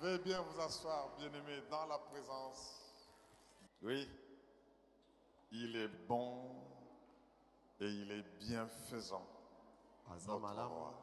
Veuillez bien vous asseoir, bien-aimés, dans la présence. Oui, il est bon et il est bienfaisant. Notre roi.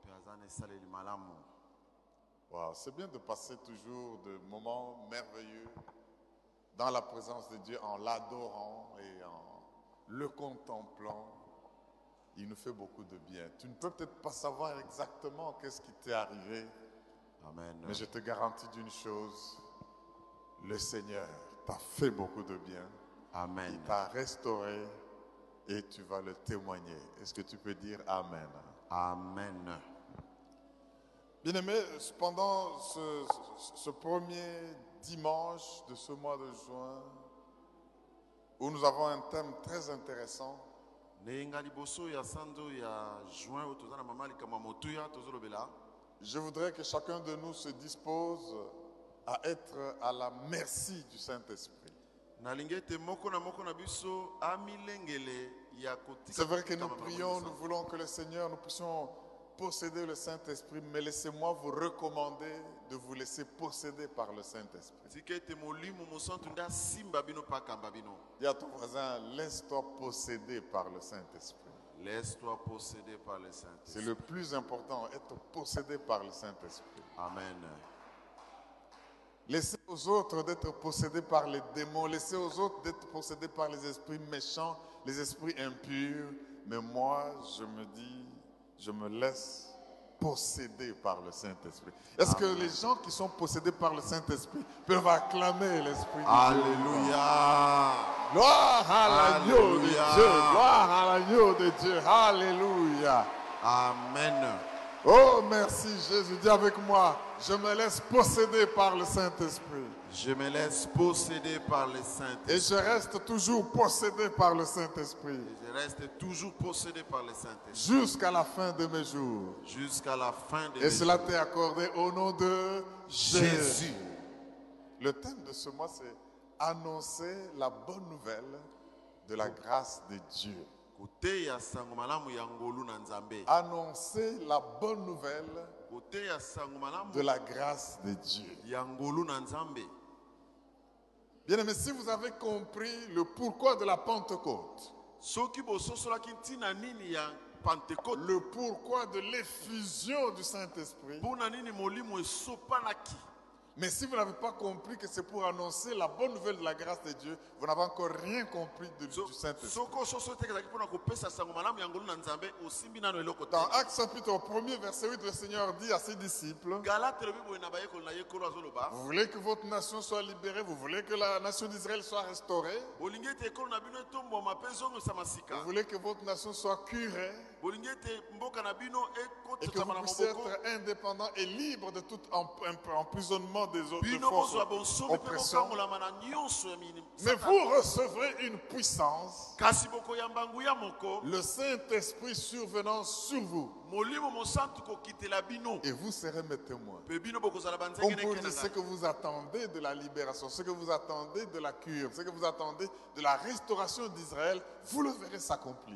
Wow, c'est bien de passer toujours de moments merveilleux dans la présence de Dieu en l'adorant et en le contemplant. Il nous fait beaucoup de bien. Tu ne peux peut-être pas savoir exactement qu'est-ce qui t'est arrivé. Amen. Mais je te garantis d'une chose, le Seigneur t'a fait beaucoup de bien. Amen. Il t'a restauré et tu vas le témoigner. Est-ce que tu peux dire Amen? Amen. Bien-aimés, pendant ce premier dimanche de ce mois de juin, où nous avons un thème très intéressant, je voudrais que chacun de nous se dispose à être à la merci du Saint-Esprit. C'est vrai que nous prions, nous voulons que le Seigneur, nous puissions posséder le Saint-Esprit, mais laissez-moi vous recommander de vous laisser posséder par le Saint-Esprit. Dis à ton voisin, laisse-toi posséder par le Saint-Esprit. Laisse-toi posséder par le Saint-Esprit. C'est le plus important, être possédé par le Saint-Esprit. Amen. Laissez aux autres d'être possédés par les démons, laissez aux autres d'être possédés par les esprits méchants, les esprits impurs. Mais moi, je me dis, je me laisse posséder par le Saint-Esprit. Est-ce que les gens qui sont possédés par le Saint-Esprit peuvent acclamer l'Esprit de Dieu? Alléluia. Gloire à l'agneau de Dieu. Gloire à l'agneau de Dieu. Alléluia. Amen. Oh, merci Jésus. Dis avec moi, je me laisse posséder par le Saint-Esprit. Je me laisse posséder par le Saint-Esprit. Et je reste toujours possédé par le Saint-Esprit. Je reste toujours possédé par le Saint-Esprit. Jusqu'à la fin de mes jours. Jusqu'à la fin de mes jours. Et cela t'est accordé au nom de Jésus. Le thème de ce mois, c'est annoncer la bonne nouvelle de la grâce de Dieu. Annoncer la bonne nouvelle de la grâce de Dieu. Bien aimé, si vous avez compris le pourquoi de la Pentecôte, le pourquoi de l'effusion du Saint-Esprit, mais si vous n'avez pas compris que c'est pour annoncer la bonne nouvelle de la grâce de Dieu, vous n'avez encore rien compris du Saint-Esprit. Dans Actes chapitre 1er, verset 8, le Seigneur dit à ses disciples, vous voulez que votre nation soit libérée, vous voulez que la nation d'Israël soit restaurée, vous voulez que votre nation soit curée, et que vous puissiez être indépendant et libre de tout emprisonnement des autres forces oppression. Mais vous recevrez une puissance, le Saint-Esprit survenant sur vous, et vous serez mes témoins. Ce que vous attendez de la libération, ce que vous attendez de la cure, ce que vous attendez de la restauration d'Israël, vous le verrez s'accomplir.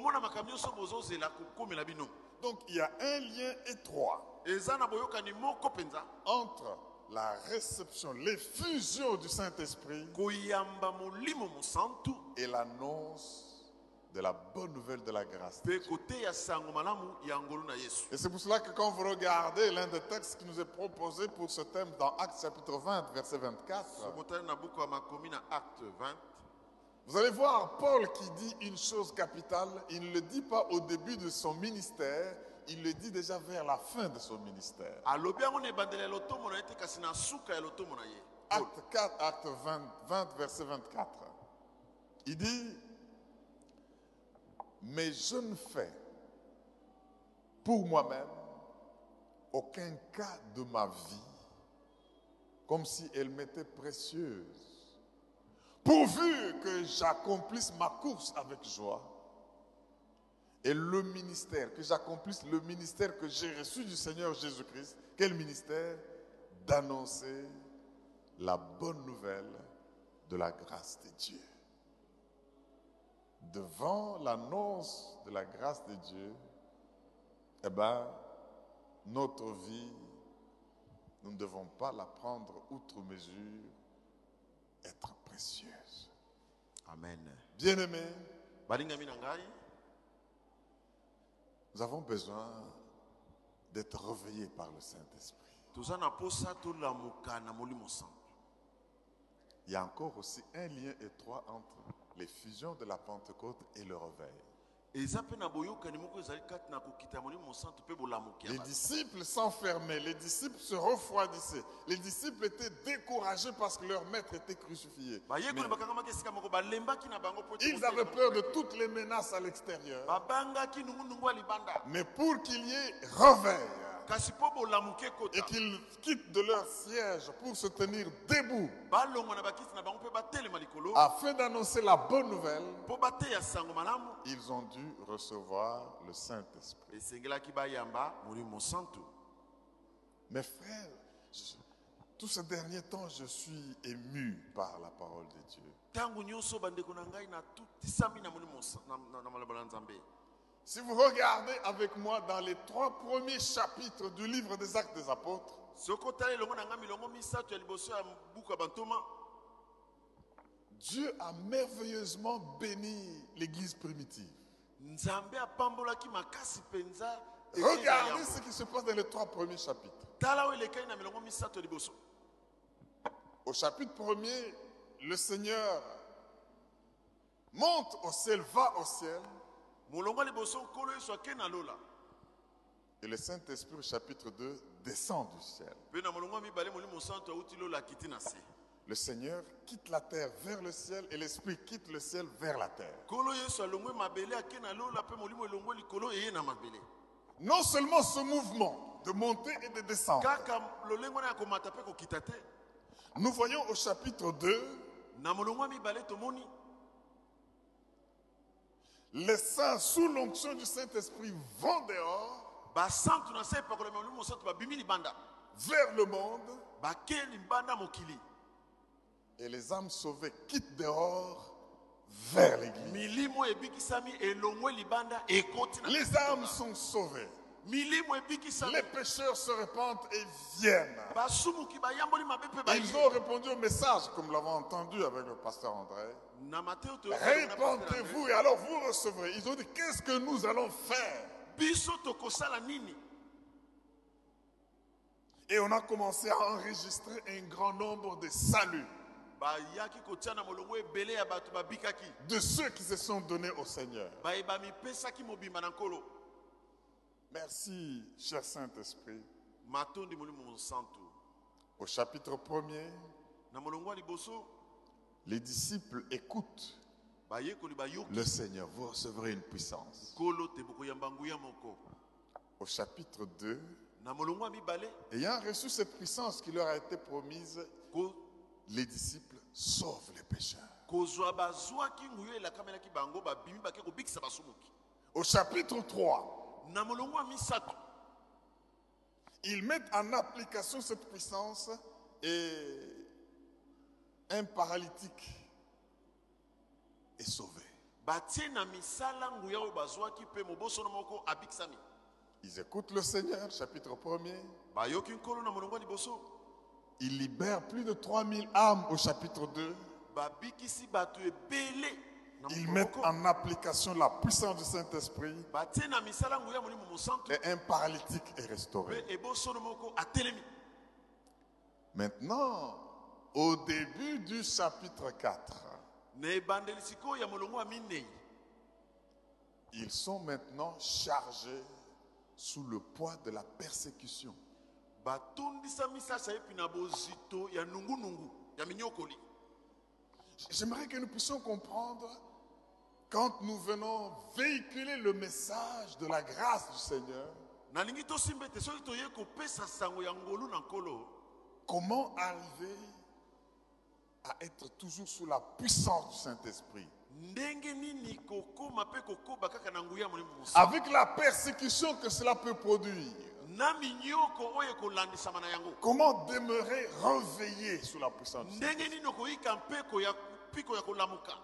Donc il y a un lien étroit entre la réception, l'effusion du Saint-Esprit et l'annonce de la bonne nouvelle de la grâce de Dieu. Et c'est pour cela que quand vous regardez l'un des textes qui nous est proposé pour ce thème dans Actes chapitre 20, verset 24, vous allez voir Paul qui dit une chose capitale. Il ne le dit pas au début de son ministère, il le dit déjà vers la fin de son ministère. Acte 4, acte 20, verset 24. Il dit, mais je ne fais pour moi-même aucun cas de ma vie comme si elle m'était précieuse, pourvu que j'accomplisse ma course avec joie et le ministère, que j'accomplisse le ministère que j'ai reçu du Seigneur Jésus-Christ. Quel ministère? D'annoncer la bonne nouvelle de la grâce de Dieu. Devant l'annonce de la grâce de Dieu, eh bien, notre vie nous ne devons pas la prendre outre mesure, être précieuse. Amen. Bien-aimés, Balingami na ngai, nous avons besoin d'être réveillés par le Saint-Esprit. toza na posa tolamuka na Molimo Santo. Il y a encore aussi un lien étroit entre les fusions de la Pentecôte et le réveil. Eza pe na boyokani moko ezali kati na kokita Molimo Santo pe bolamuki ya Les bato. disciples s'enfermaient, les disciples se refroidissaient. Les disciples étaient découragés parce que leur maître était crucifié. Bayekoli bakangamaki esika moko balembaki na bango po ete Ils avaient peur de toutes les menaces à l'extérieur. babangaki nungunungu ya libanda. Mais pour qu'il y ait réveil Kasi po bolamuki et ekota qu'ils quittent de leur siège pour se tenir debout balongwa na bakiti na bango pe batelema likolo afin d'annoncer la bonne nouvelle, po bateya sango malamu ils ont dû recevoir le Saint-Esprit. esengelaki bayamba Molimo Santo. Mes frères, tout ce dernier temps, je suis ému par la parole de Dieu. Tangu nyonso bandeko na ngai na tutisami na Molimo na maloba na Nzambe. Si vous regardez avec moi dans les 3 premiers chapitres du livre des Actes des Apôtres, Soko tali longo na ngai milongo misato ya liboso ya buku ya bantoma, Dieu a merveilleusement béni l'église primitive. Nzambe apambolaki makasi penza. Regardez ce qui se passe dans les 3 premiers chapitres. Tala o elekai na milongo misato ya liboso. Au chapitre 1er, le Seigneur monte au ciel, va au ciel. Molongo liboso nkolo Yesu ake na lola. Et le Saint-Esprit, au chapitre 2, descend du ciel. Pe na molongo mibale Molimo Santo auti lola kiti na se. Le Seigneur quitte la terre vers le ciel et l'Esprit quitte le ciel vers la terre. Nkolo Yesu alongwe mabele ake na lola pe Molimo elongwe likolo eye na mabele. Non seulement ce mouvement de monter et de descendre, Kaka lolengo na komata pe kokita te. nous voyons au chapitre 2, Na molongo mibale tomoni les saints sous l'onction du Saint-Esprit vont dehors basantu na se pakolo ya Molimo Santo babimi libanda. vers le monde Bake libanda mokili. et les âmes sauvées quittent dehors vers l'église. Milimo ebikisami elongwe libanda ekoti na. Les âmes sont sauvées. Milimo ebikisami. Les pécheurs se répandent et viennent. Basumuki bayamboli mabe pe baye. Ils ont répondu au message, comme l'avons entendu avec le pasteur André. Na Matteo to. Répandez-vous et alors vous recevrez. Ils ont dit, qu'est-ce que nous allons faire? Biso tokosala nini? Et on a commencé à enregistrer un grand nombre de saluts Bayaki kotia na molongo ebele ya bato babikaki. de ceux qui se sont donnés au Seigneur. Bayeba mipesaki mobimba na nkolo. Merci, cher Saint-Esprit. Matondi Molimo Santo. Au chapitre 1er, Na molongo ya liboso les disciples écoutent bayekoli bayoki le Seigneur. Vous recevrez une puissance. nkolo te bokoyamba nguya moko. Au chapitre 2, Na molongo ya mibale ayant reçu cette puissance qui leur a été promise, ko les disciples sauvent les pécheurs. kozwa bazwaki nguya elakamelaki bango babimi bake kobikisa basumuki. Au chapitre 3, Na molongo ya misato ils mettent en application cette puissance et un paralytique est sauvé. batie na misala nguya oyo bazwaki mpe mobosono moko abikisami. Ils écoutent le Seigneur, chapitre 1er. Bayoki nkolo na molongo ya liboso Ils libèrent plus de 3000 âmes au chapitre 2. babikisi bato ebele na Ils mokolo mettent moko. en application la puissance du Saint-Esprit batie na misala nguya Molimo Santo et un paralytique est restauré. mpe ebosono moko atelemi. Maintenant, au début du chapitre 4, Na ebandeli sikoyo ya molongo ya minei ils sont maintenant chargés sous le poids de la persécution. batondisa misasa epi na bozito ya nungunungu ya minyokoli. J'aimerais que nous puissions comprendre quand nous venons véhiculer le message de la grâce du Seigneur, nalingi tosimba ete soki toye kopesa sango ya ngolu na nkolo comment arriver à être toujours sous la puissance du Saint-Esprit. ndenge nini kokoma mpe kokoba kaka na nguya Molimo Santo Avec la persécution que cela peut produire. na minyoko oyo ekolandisama na yango. Comment demeurer réveillé sous la puissance du Saint-Esprit. Ndenge nini okoyika mpiko ya kolamuka.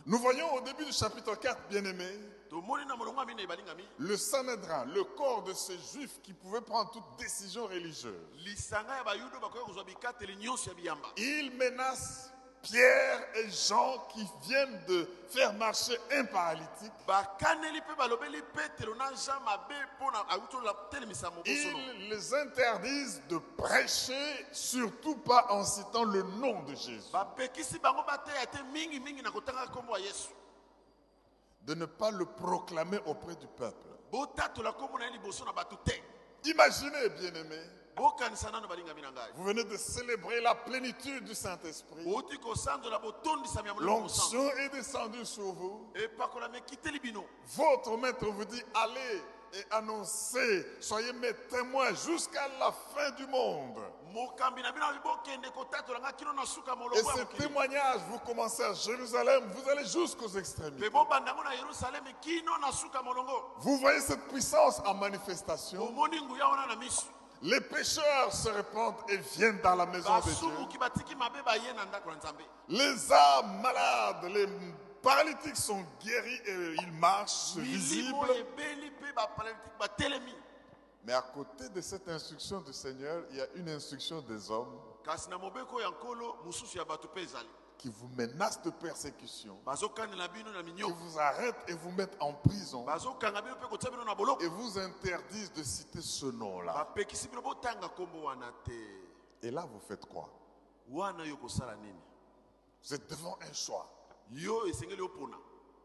Nous voyons au début du chapitre 4, bien-aimés, tomoni na molongo ya mine balingami le Sanhédrin, le corps de ces juifs qui pouvaient prendre toute décision religieuse. lisanga ya bayuda bakoki kozwa bikateli nyonso ya biyamba. Il menace Pierre et Jean qui viennent de faire marcher un paralytique. bakaneli mpe balobeli petelo na jean mabe mpona awuti telemisa moboso no. Ils les interdisent de prêcher, surtout pas en citant le nom de Jésus. bapekisi bango bateya te mingimingi na kotanga nkombo ya yesu. De ne pas le proclamer auprès du peuple. botatola nkombo na ye liboso na bato te. Imaginez, bien-aimés, bokanisa nano balingami na ngai. vous venez de célébrer la plénitude du Saint-Esprit. bouti kosanzola botondisami ya molimo L'onction est descendue sur vous. epakolami ekiteli bino. Votre maître vous dit, allez et annoncez, soyez mes témoins jusqu'à la fin du monde. mokambi na bino abi bokende kotatola nga kino na suka Et molongo ya ce mokili. témoignage, vous commencez à Jérusalem, vous allez jusqu'aux extrémités. mpe bobandango na yerusalemi kino na suka molongo. Vous voyez cette puissance en manifestation. omoni nguya wana na miso. Les pécheurs se répandent et viennent dans la maison de Dieu. basumuki batiki mabe baye na ndako na nzambe. Les âmes malades, les paralytiques sont guéris et ils marchent milimo visibles. ebeli mpe baparalytique batelemi. Mais à côté de cette instruction du Seigneur, il y a une instruction des hommes kasi na mobeko ya nkolo mosusu ya bato mpe ezali. qui vous menacent de persécution, bazokanela bino na qui minyo. vous arrêtent et vous mettent en prison bazokanga bino mpe kotia bino na boloko. et vous interdisent de citer ce nom-là. bapekisi bino botanga nkombo wana te. Et là, vous faites quoi? wana yo kosala nini? Vous êtes devant un choix. yo esengeli opona.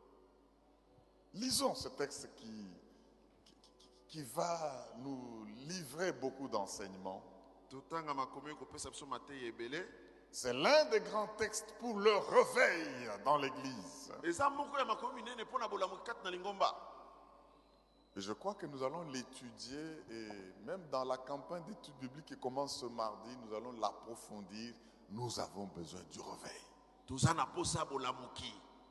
Lisons ce texte qui va nous livrer beaucoup d'enseignements. totanga makomi kopesa biso mateyi ebele. C'est l'un des grands textes pour le réveil dans l'Église. eza moko ya makomi minene mpona bolamuki kati na lingomba. Et je crois que nous allons l'étudier et même dans la campagne d'études bibliques qui commence ce mardi, nous allons l'approfondir. Nous avons besoin du réveil. toza na posa bolamuki.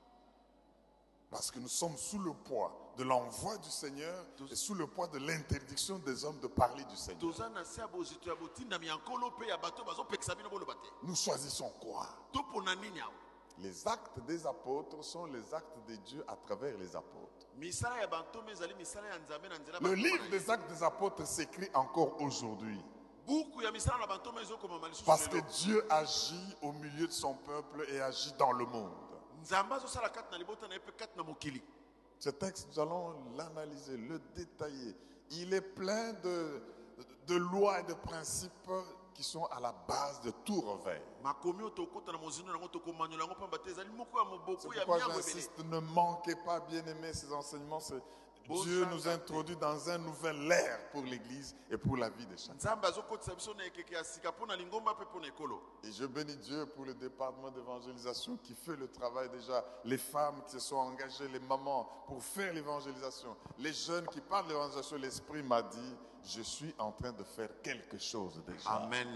Parce que nous sommes sous le poids de l'envoi du Seigneur et sous le poids de l'interdiction des hommes de parler du Seigneur. toza na se ya bozito ya botindami ya nkolo mpe ya bato bazopekisa bino boloba te. Nous choisissons quoi? topona nini awa? Les actes des apôtres sont les actes de Dieu à travers les apôtres. misala ya bantome ezali misala ya nzambe na nzela Le bantoma livre na ye. des actes des apôtres s'écrit encore aujourd'hui. buku ya misala na bantome ezokomama lisusu Parce que lelo. Dieu agit au milieu de son peuple et agit dans le monde. nzambe azosala kati na libota na ye mpe kati na mokili. Ce texte, nous allons l'analyser, le détailler. Il est plein de lois et de principes qui sont à la base de tout réveil. makomi oyo tokota na mozindo yango tokomanyola yango pamba te ezali moko ya C'est moboko ya pourquoi miango ebele. j'insiste, ne manquez pas, bien aimés, ces enseignements. Dieu nous introduit dans un nouvel ère pour l'Église et pour la vie de chacun. nzambe azokotisa biso na ekeke ya sika mpo na lingomba mpe mpo na ekolo. Et je bénis Dieu pour le département d'évangélisation qui fait le travail déjà. Les femmes qui se sont engagées, les mamans, pour faire l'évangélisation. Les jeunes qui parlent de l'évangélisation, l'Esprit m'a dit, je suis en train de faire quelque chose déjà. amen.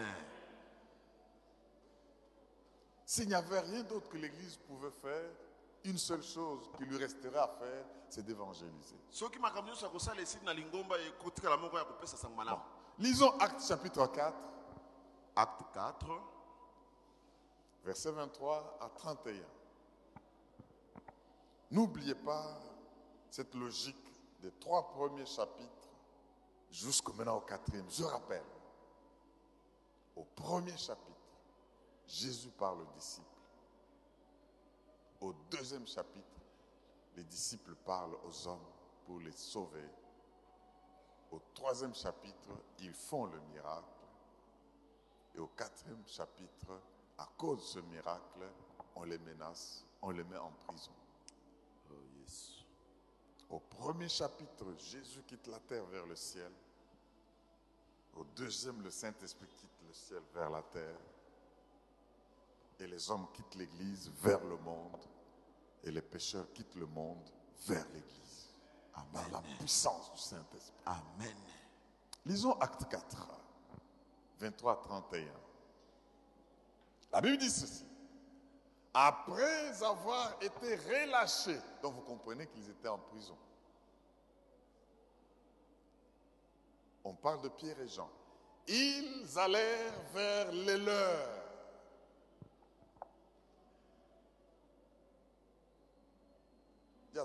S'il n'y avait rien d'autre que l'Église pouvait faire, une seule chose qui lui resterait à faire, c'est d'évangéliser. soki makambo nyonso ya kosala esili na lingomba ekotikala moko ya kopesa sango malamu. Lisons Actes chapitre 4, acte 4 versets 23 à 31. N'oubliez pas cette logique des 3 premiers chapitres jusqu'au maintenant au 4e. Je rappelle, au premier chapitre, Jésus parle aux disciples. Au 2e chapitre, les disciples parlent aux hommes pour les sauver. Au 3e chapitre, ils font le miracle. Et au 4e chapitre, à cause de ce miracle, on les menace, on les met en prison. oh, yes. Au premier chapitre, Jésus quitte la terre vers le ciel. Au 2e, le Saint-Esprit quitte le ciel vers la terre. Et les hommes quittent l'Église vers le monde. Et les pécheurs quittent le monde vers l'Église. Dans la puissance du Saint-Esprit. amen. Lisons Acte 4, 23 à 31. La Bible dit ceci. Après avoir été relâchés, donc vous comprenez qu'ils étaient en prison. On parle de Pierre et Jean. Ils allèrent vers les leurs.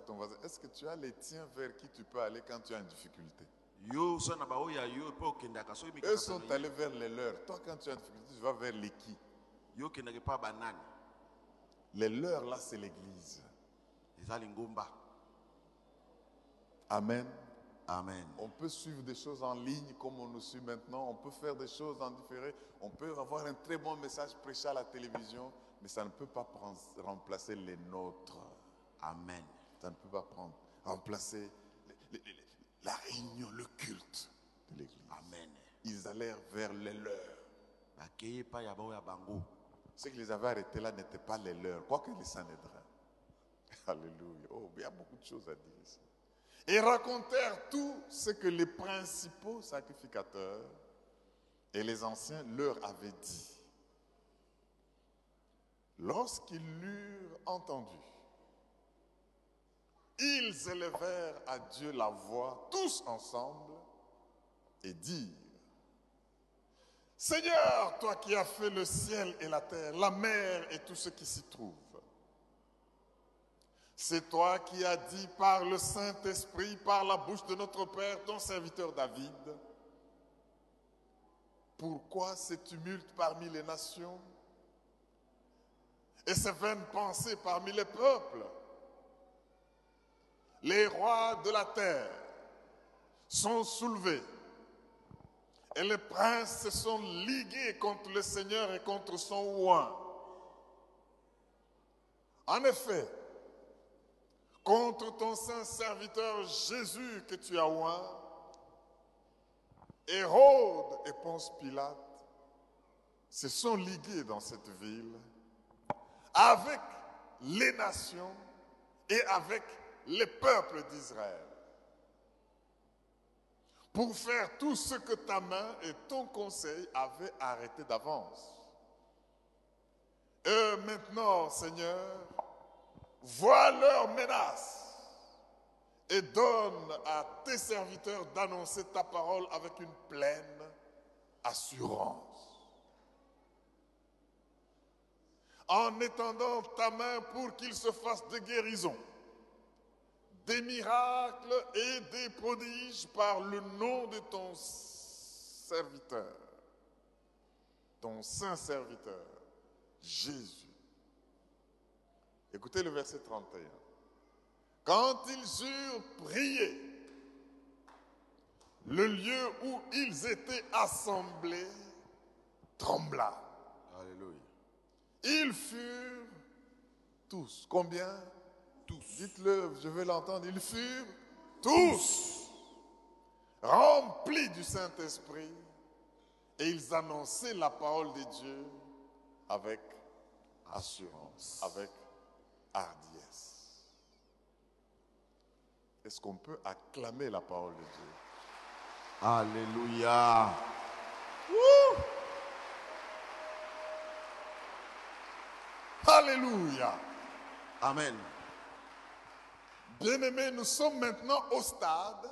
ton voisin, est-ce que tu as les tiens vers qui tu peux aller quand tu as une difficulté? Yo so na ba oya yo pe okendaka so Eux sont allés vers les leurs. Toi, quand tu as une difficulté, tu vas vers les qui? yo kendake pa banani. Les leurs, là, c'est l'église. Eza lingomba. Amen. Amen. On peut suivre des choses en ligne comme on nous suit maintenant. On peut faire des choses en différé. On peut avoir un très bon message prêché à la télévision, mais ça ne peut pas remplacer les nôtres. Amen. Ça ne peut pas remplacer la réunion, le culte de l'église. Amen. Ils allèrent vers les leurs. Bakeye pa ya ba oya bango. Ce qui les avait arrêtés là n'était pas les leurs, quoique les Sanhédrins. Alléluia. Oh, il y a beaucoup de choses à dire ici. Et racontèrent tout ce que les principaux sacrificateurs et les anciens leur avaient dit. Lorsqu'ils l'eurent entendu, ils élevèrent à Dieu la voix, tous ensemble, et dirent: Seigneur, toi qui as fait le ciel et la terre, la mer et tout ce qui s'y trouve, c'est toi qui as dit par le Saint-Esprit, par la bouche de notre Père, ton serviteur David, pourquoi ces tumultes parmi les nations et ces vaines pensées parmi les peuples? Les rois de la terre sont soulevés et les princes se sont ligués contre le Seigneur et contre son oint. En effet, contre ton saint serviteur Jésus que tu as oint, Hérode et Ponce Pilate se sont ligués dans cette ville avec les nations et avec les peuples d'Israël pour faire tout ce que ta main et ton conseil avaient arrêté d'avance. Et maintenant, Seigneur, vois leurs menaces et donne à tes serviteurs d'annoncer ta parole avec une pleine assurance. En étendant ta main pour qu'ils se fassent des guérisons, des miracles et des prodiges par le nom de ton serviteur, ton saint serviteur, Jésus. Écoutez le verset 31. Quand ils eurent prié, le lieu où ils étaient assemblés trembla. Alléluia. Ils furent tous. Combien? Tous. Dites-le, je veux l'entendre. Ils furent tous remplis du Saint-Esprit et ils annonçaient la parole de Dieu avec assurance, avec hardiesse. Est-ce qu'on peut acclamer la parole de Dieu? Alléluia. Alléluia. Amen. Bien-aimés, nous sommes maintenant au stade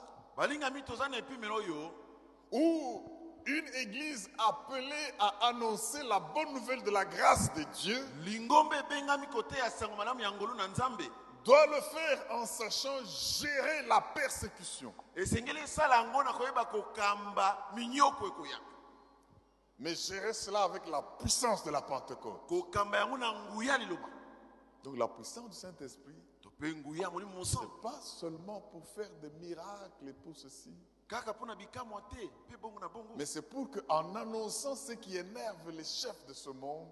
où une église appelée à annoncer la bonne nouvelle de la grâce de Dieu doit le faire en sachant gérer la persécution. Mais gérer cela avec la puissance de la Pentecôte. Donc la puissance du Saint-Esprit, ce n'est pas seulement pour faire des miracles et pour ceci, mais c'est pour qu'en annonçant ce qui énerve les chefs de ce monde,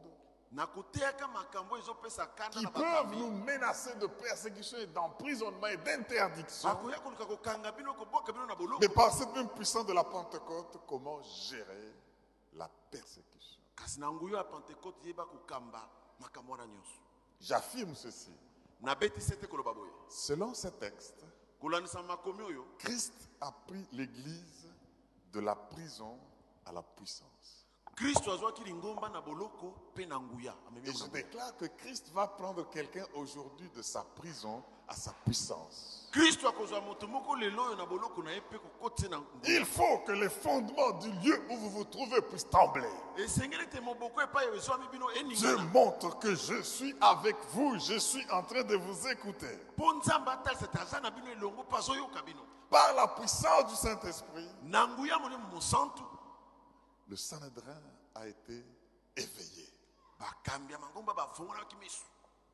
qui peuvent nous menacer de persécution et d'emprisonnement et d'interdiction, mais par cette même puissance de la Pentecôte, comment gérer la persécution. J'affirme ceci. Selon ce texte, Christ a pris l'Église de la prison à la puissance. Et je déclare que Christ va prendre quelqu'un aujourd'hui de sa prison à sa puissance. Kristo akozwa moto moko lelo oyo na boloko na ye mpe kokotisa na Il faut que les fondements du lieu où vous vous trouvez puissent trembler. esengeli ete moboko epai ezwami bino Je eningana montre que je suis avec vous, je suis en train de vous écouter. mpo nzambe atalisa ete aza na bino elongo mpo azoyoka bino Par la puissance du Saint-Esprit, na nguya molimo mosantu le Sanhédrin a été éveillé. bakambi ya mangomba bafungolaki miso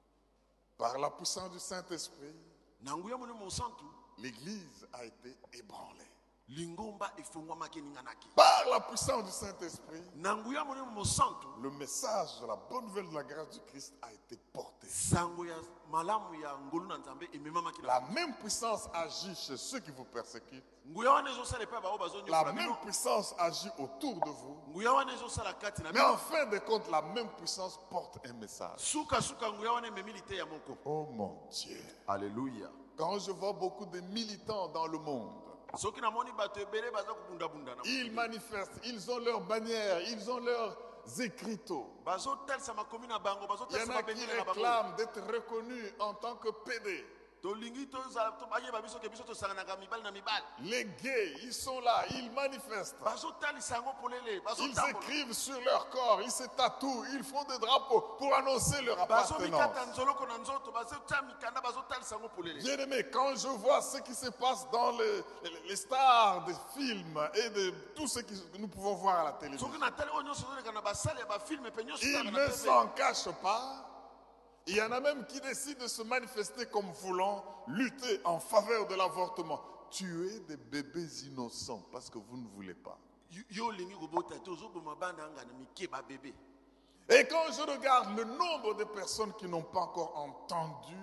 Par la puissance du Saint-Esprit, na nguya molimo mosantu l'Église a été ébranlée. lingomba efungwamaki eninganaki Par la puissance du Saint-Esprit, na nguya molimo mosantu le message de la bonne nouvelle de la grâce du Christ a été porté. sango ya malamu ya ngolu na nzambe ememamaki La na même puissance agit chez ceux qui vous persécutent. nguya wana ezosala epai bao La bazonyokola même bino puissance agit autour de vous. nguya wana ezosala kati na Mais bino en fin de compte, la même puissance porte un message. sukasuka nguya wana ememi lite ya moko Oh mon Dieu. alleluya Quand je vois beaucoup de militants dans le monde, soki namoni bato ebele baza kobundabunda na ils manifestent, ils ont leurs bannières, ils ont leurs écriteaux. bazotalisa makomi na bango Il y en bazotalisa a qui babendele na bango réclament d'être reconnus en tant que PD. tolingi bayeba biso ke biso tosanganaka mibali na mibali Les gays, ils sont là, ils manifestent. bazotalisa yango polele Ils bazotambola écrivent sur leur corps, ils se tatouent, ils font des drapeaux pour annoncer leur bazomikata appartenance. nzoloko na nzoto bazotia mikanda bazotalisa yango polele Bien aimé, quand je vois ce qui se passe dans les stars des films et de tout ce que nous pouvons voir à la télévision, soki natali oyo nyonso ezoleka na basale ya bafilme mpe nyonso ils kaka na ne TV. s'en cachent pas. Il y en a même qui décident de se manifester comme voulant lutter en faveur de l'avortement. Tuer des bébés innocents parce que vous ne voulez pas. yo olingi kobota te ozoboma bana anga na mike babebe Et quand je regarde le nombre de personnes qui n'ont pas encore entendu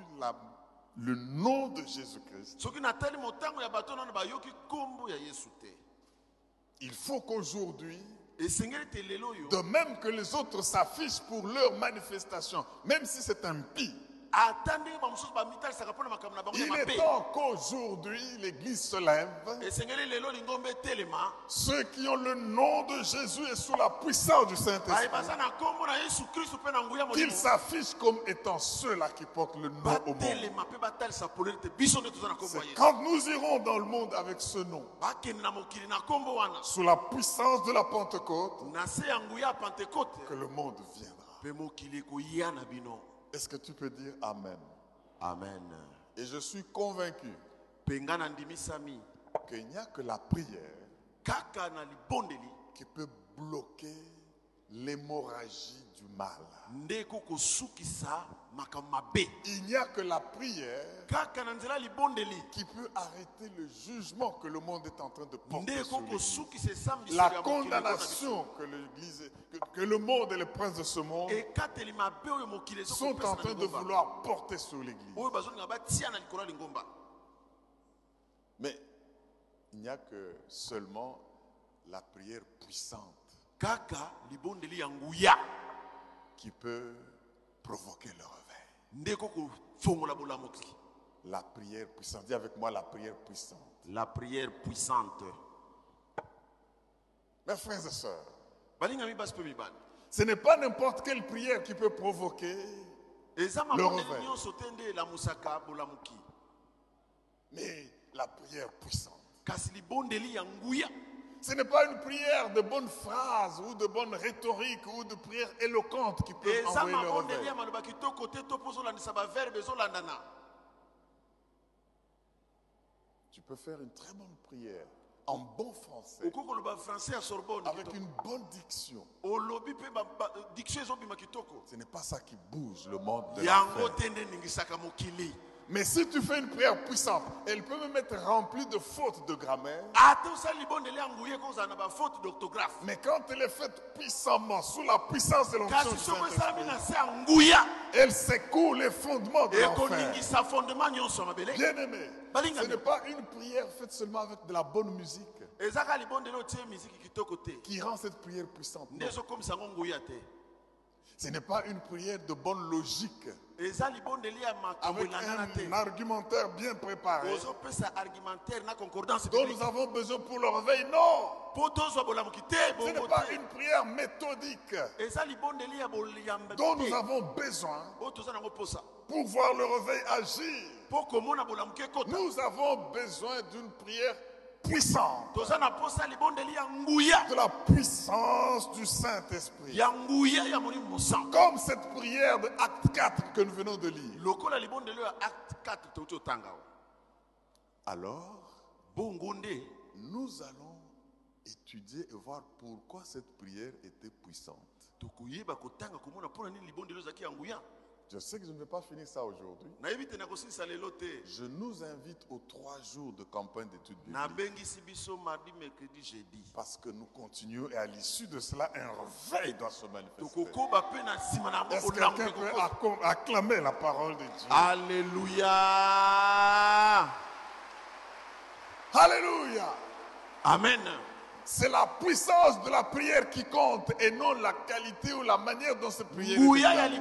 le nom de Jésus-Christ, soki natali motango ya bato nano bayoki nkombo ya yesu te il faut qu'aujourd'hui, esengeli te lelo oyo de même que les autres s'affichent pour leur manifestation, même si c'est impie, ata ndenge bamosusu bamitalisaka mpo na makambo na bango ya il est mabe temps qu'aujourd'hui l'Église se lève. esengeli lelo lingomba etelema Ceux qui ont le nom de Jésus et sous la puissance du baye Saint-Esprit, baza na nkombo na yesu kristu mpe na nguya qu'ils molimo s'affichent comme étant ceux-là qui portent le nom au monde. batelema mpe batalisa polele te biso nde toza na nkombo ya C'est yesu quand nous irons dans le monde avec ce nom, bakende na mokili na nkombo wana sous la puissance de la Pentecôte, na se ya nguya ya pentekote que le monde viendra. mpe mokili ekoya na bino Est-ce que tu peux dire Amen? amen Et je suis convaincu mpe nga na ndimisami qu'il n'y a que la prière kaka na libondeli qui peut bloquer l'hémorragie du mal. nde ekokosukisa makambo mabe Il n'y a que la prière kaka na nzela ya libondeli qui peut arrêter le jugement que le monde est en train de nde porter sur l'Église. ekokosukisa esambiselo La ya mokili ekota na biso. condamnation que l'Église, que le monde et les princes de ce monde ekateli mabe oyo mokili sont en ezokopesa train na de lingomba vouloir porter sur l'Église. oyo bazolinga batia na likolo ya lingomba Mais il n'y a que seulement la prière puissante kaka libondeli ya nguya qui peut provoquer le réveil. nde ekokofongola bolamoki La prière puissante. Dis avec moi la prière puissante. la prière puissante Mes frères et sœurs, balingami basi mpe mibali ce n'est pas n'importe quelle prière qui peut provoquer, eza Le mabondeli réveil. nyonso te nde elamusaka bolamoki mais la prière puissante. kasi libondeli ya nguya Ce n'est pas une prière de bonnes phrases ou de bonnes rhétoriques ou de prières éloquentes qui peuvent eza envoyer le mabondeli réveil. ya maloba kitoko te to mpo ozolandisa baverbe ezolandana Tu peux faire une très bonne prière en bon français, okoki koloba français ya sorbonne avec kitoko. une bonne diction. olobi mpe diction ezobima kitoko Ce n'est pas ça qui bouge le monde de yango l'enfer. te nde eningisaka mokili Mais si tu fais une prière puissante, elle peut même être remplie de fautes de grammaire. ate osali libondeli ya nguya ekozala na bafaute d'orthographe Mais quand elle est faite puissamment, sous la puissance de l'onction kasi du soki esalami Saint-Esprit, na se ya nguya elle secoue les fondements de l'enfer. ekoningisa fondement nyonso ya mabele Bien-aimé, Balinga. ce n'est pas une prière faite seulement avec de la bonne musique ezaka libondeli otie miziki kitoko te qui rend cette prière puissante. nde Non. ezokomisa yango nguya te Ce n'est pas une prière de bonne logique eza libondeli ya makambo avec elandana te un argumentaire bien préparé ozopesa argumentaire na concordance dont biblique nous avons besoin pour le réveil. Non, mpo tozwa bolamoki te ce bongo n'est pas te une prière méthodique eza libondeli ya boyamba dont nous te avons besoin oyo toza nango posa pour voir le réveil agir. Nous avons besoin d'une prière puissante. De la puissance du Saint-Esprit. Comme cette prière de Acte 4 que nous venons de lire. Alors, nous allons étudier et voir pourquoi cette prière était puissante. Je sais que je ne vais pas finir ça aujourd'hui. Je nous invite aux 3 jours de campagne d'études bibliques. Parce que nous continuons et à l'issue de cela, un réveil doit se manifester. Est-ce que quelqu'un peut acclamer la parole de Dieu? Alléluia. Alléluia. Amen. C'est la puissance de la prière qui compte et non la qualité ou la manière dont cette prière est faite.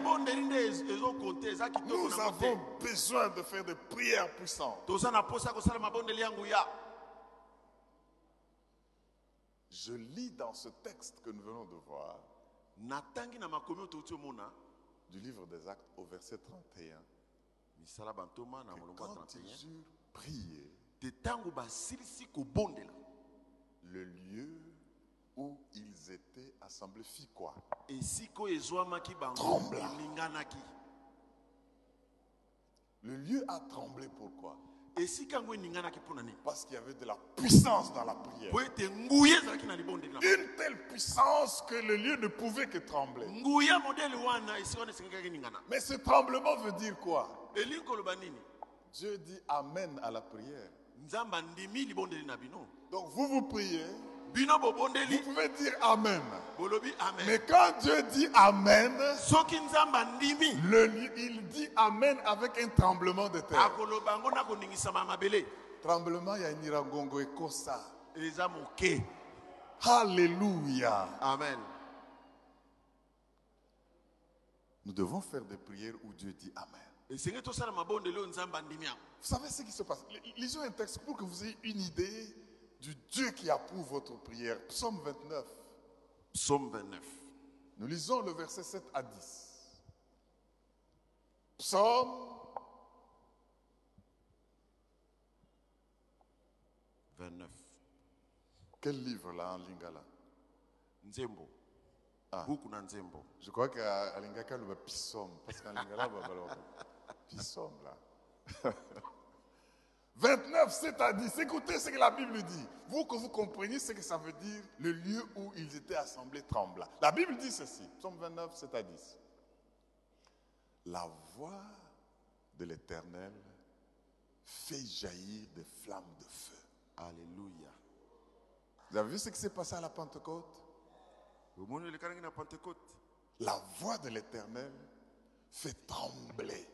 Nous avons besoin de faire des prières puissantes. Je lis dans ce texte que nous venons de voir, du livre des Actes au verset 31, que quand ils eurent prié, le lieu où ils étaient assemblés fit quoi? Trembla. Le lieu a tremblé, pourquoi? Parce qu'il y avait de la puissance dans la prière. Une telle puissance que le lieu ne pouvait que trembler. Mais ce tremblement veut dire quoi? Dieu dit Amen à la prière. Donc vous priez, vous pouvez dire Amen. Mais quand Dieu dit Amen, il dit Amen avec un tremblement de terre. Tremblement, il y a une iragongo et kosa. Alléluia. Amen. Nous devons faire des prières où Dieu dit Amen. Vous savez ce qui se passe? Lisons un texte pour que vous ayez une idée du Dieu qui approuve votre prière. Psaume 29. Psaume 29. Nous lisons le verset 7 à 10. Psaume 29. Quel livre là en lingala? Nzembo. Ah. Nzembo. Je crois qu'à lingala, le psaume. Parce qu'en lingala, psaume là. 29, 7 à 10. Écoutez ce que la Bible dit. Vous que vous compreniez ce que ça veut dire, le lieu où ils étaient assemblés trembla. La Bible dit ceci, Psaume 29, 7 à 10. La voix de l'Éternel fait jaillir des flammes de feu. Alléluia. Vous avez vu ce qui s'est passé à la Pentecôte? La voix de l'Éternel fait trembler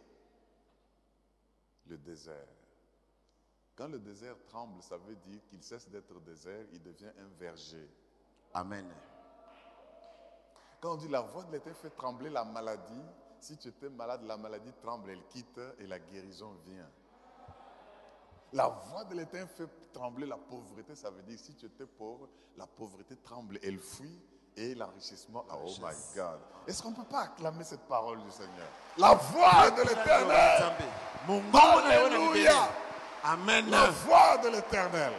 le désert. Quand le désert tremble, ça veut dire qu'il cesse d'être désert, il devient un verger. Amen. Quand on dit la voix de l'Éternel fait trembler la maladie, si tu étais malade, la maladie tremble, elle quitte et la guérison vient. La voix de l'Éternel fait trembler la pauvreté, ça veut dire si tu étais pauvre, la pauvreté tremble, elle fuit et l'enrichissement. Oh my God. Est-ce qu'on ne peut pas acclamer cette parole du Seigneur? La voix de l'Éternel. Alléluia. Amen. La voix de l'Éternel.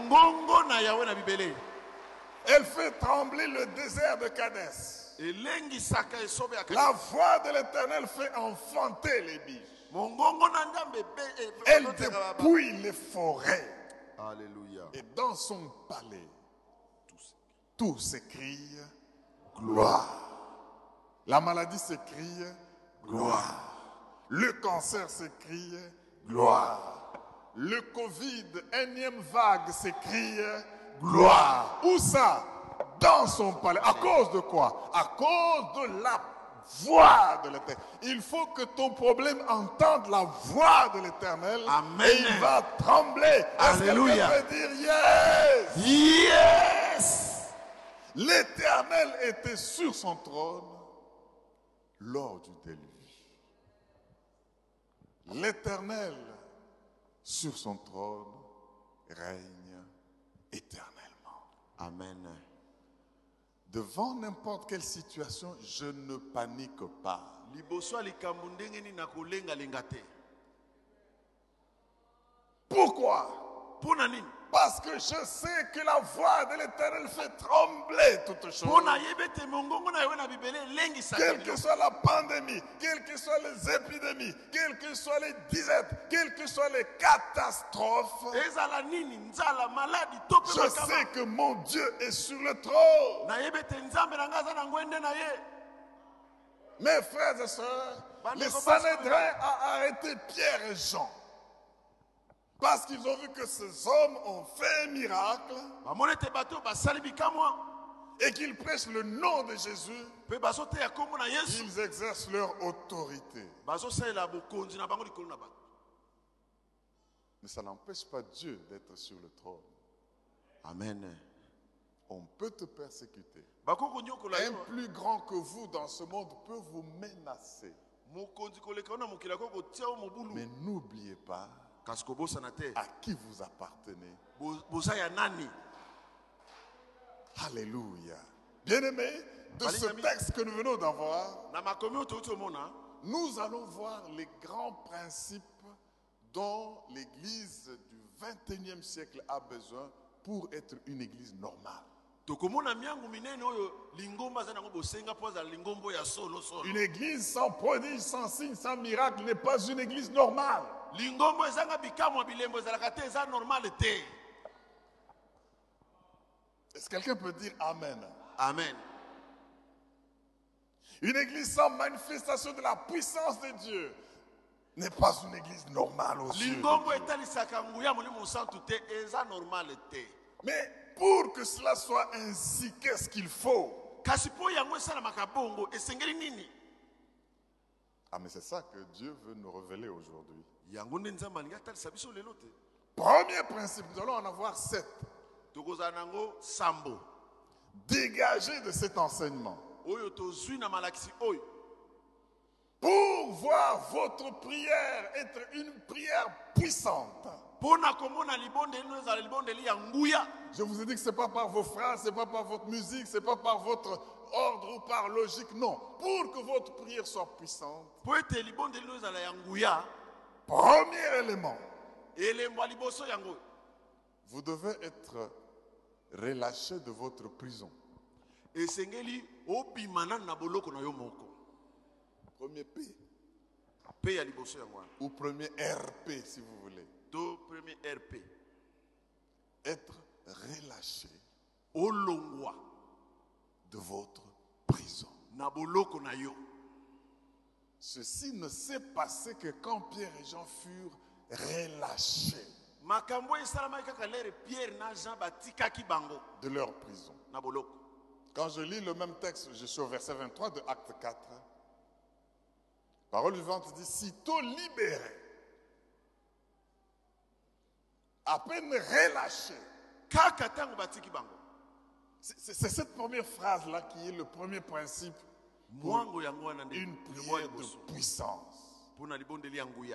Elle fait trembler le désert de Kadès. La voix de l'Éternel fait enfanter les biches. Elle dépouille les forêts. Alléluia. Et dans son palais, tout s'écrie gloire. La maladie s'écrie gloire. Le cancer s'écrie gloire. Le Covid, énième vague, s'écrie gloire. Où ça? Dans son palais. À cause de quoi? À cause de la voix de l'Éternel. Il faut que ton problème entende la voix de l'Éternel. Amen. Et il va trembler. Alléluia. Est-ce que tu peux dire yes? Yes. L'Éternel était sur son trône lors du déluge. L'Éternel sur son trône règne éternellement. Amen. Devant n'importe quelle situation, je ne panique pas. que je sais que la voix de l'Éternel fait trembler toutes choses. mpona yeba ete mongongo na yo na bibele elengisaka Quelle que soit la pandémie, quelles que soient les épidémies, quelles que soient les disettes, quelles que soient les catastrophes, ezala nini nzala maladi to mpe je makama sais que mon Dieu est sur le trône. nayeba ete nzambe na ngai aza na ngwende na ye. Mes frères et sœurs, Bandeko le Pascal. Sanhédrin a arrêté Pierre et Jean. Parce qu'ils ont vu que ces hommes ont fait un miracle bamoni ete bato basali bikamwa et qu'ils prêchent le nom de Jésus, mpe bazoteya kombo na yesu ils exercent leur autorité. bazosalela bokonzi na bango likolo na bato. Mais ça n'empêche pas Dieu d'être sur le trône. Amen. On peut te persécuter. bakoki konyokola Un yo plus grand que vous dans ce monde peut vous menacer. mokonzi koleka yo na mokili akoki kotia yo mobulu Mais n'oubliez pas kasi kobosana te à qui vous appartenez. boza ya nani. Alléluia. Bien-aimés, de ce texte que nous venons d'avoir, na makomi oyo touti omona nous allons voir les grands principes dont l'Église du 21e siècle a besoin pour être une Église normale. tokomona miangu minene oyo lingombo aza nango bosenga mpo azala lingombo ya solo solo. Une Église sans prodige, sans signe, sans miracle n'est pas une Église normale. lingombo ezanga bikamwa bilembo ezalaka te eza normal te. Est-ce que quelqu'un peut dire Amen? Amen. Une Église sans manifestation de la puissance de Dieu n'est pas une Église normale aux yeux de lingombo Dieu. etalisaka nguya molimo mosantu te eza normal te. Mais pour que cela soit ainsi, qu'est-ce qu'il faut? kasi mpo yango esalamaka bongo esengeli nini. Ah, mais c'est ça que Dieu veut nous révéler aujourd'hui. yango nde nzambe alingi atalisa biso lelo te. Premier principe, nous allons en avoir 7. tokozala nango sambo Dégagez de cet enseignement. oyo tozwi na malakisi oyo Pour voir votre prière être une prière puissante. mpona komona libondeli no ezala libondeli ya nguya. Je vous ai dit que ce n'est pas par vos phrases, ce n'est pas par votre musique, ce n'est pas par votre ordre ou par logique, non. Pour que votre prière soit puissante, mpo ete libondeli no ezala ya nguya premier élément, elembo ya liboso yango vous devez être relâché de votre prison. esengeli obima nanu na boloko na yo moko. Premier P mpe ya liboso yango wana ou premier RP si vous voulez. to premier rp Être relâché olongwa de votre prison. na boloko na yo. Ceci ne s'est passé que quand Pierre et Jean furent relâchés makambo esalamaki kaka lere pierre na jean batikaki bango de leur prison. na boloko. Quand je lis le même texte, je suis au verset 23 de Acte 4. Parole vivante dit, sitôt libérés, à peine relâchés. kaka ntango batiki bango C'est cette première phrase-là qui est le premier principe pour mwango yango wana nde une elembo ya prière liboso de puissance. mpona libondeli ya nguya.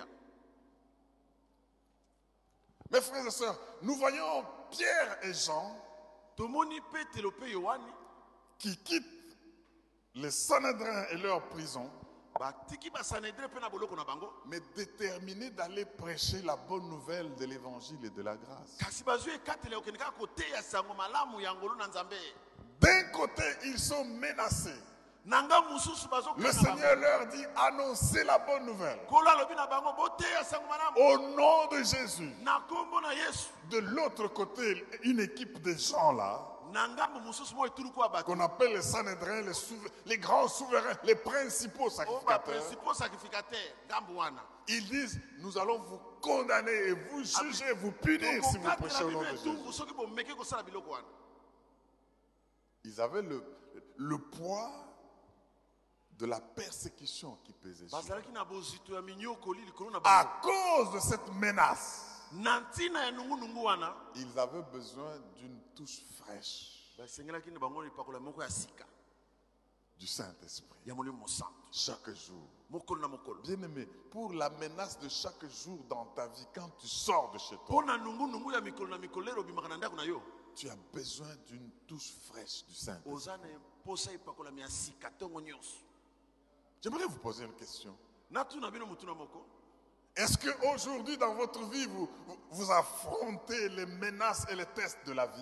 Mes frères et sœurs, nous voyons Pierre et Jean tomoni petelo mpe yohani qui quittent le Sanhédrin et leur prison, batiki basanedre mpe na boloko na bango mais déterminés d'aller prêcher la bonne nouvelle de l'évangile et de la grâce. kasi bazwi ekatela okende kaka koteya sango malamu ya ngolu na nzambe. D'un côté, ils sont menacés. na ngambo mosusu Le bazokana Seigneur leur dit, annoncez la bonne nouvelle. kolo alobi na bango boteya sango malamu Au nom de Jésus. na kombo na yesu. De l'autre côté, une équipe de gens là, na ngambo mosusu mo etuluku ya bato qu'on appelle les Sanhédrins, les grands souverains, les principaux oyo sacrificateurs, baprincipaux sacrificateur ngambo wana ils disent, nous allons vous condamner et vous juger, vous punir si vous prêchez au nom de Jésus. etumbu soki bomeki kosala biloko wana. Ils avaient le poids de la persécution qui pesait sur eux. bazalaki na bozito ya minyokoli likolo na À bango cause de cette menace, na ntina ya nungunungu wana ils avaient besoin d'une touche fraîche basengelaki na bango lipakola moko ya sika du Saint-Esprit ya molimo mosantu chaque jour. mokolo na mokolo. Bien-aimé, pour la menace de chaque jour dans ta vie, quand tu sors de chez toi, mpo na nungunungu ya mikolo na mikolo lero obimaka na ndako na yo tu as besoin d'une touche fraîche du Saint-Esprit. oza na mposa epakolami ya sika ntongo nyonso. J'aimerais vous poser une question. natuna bino motuna moko Est-ce qu'aujourd'hui, dans votre vie, vous affrontez les menaces et les tests de la vie?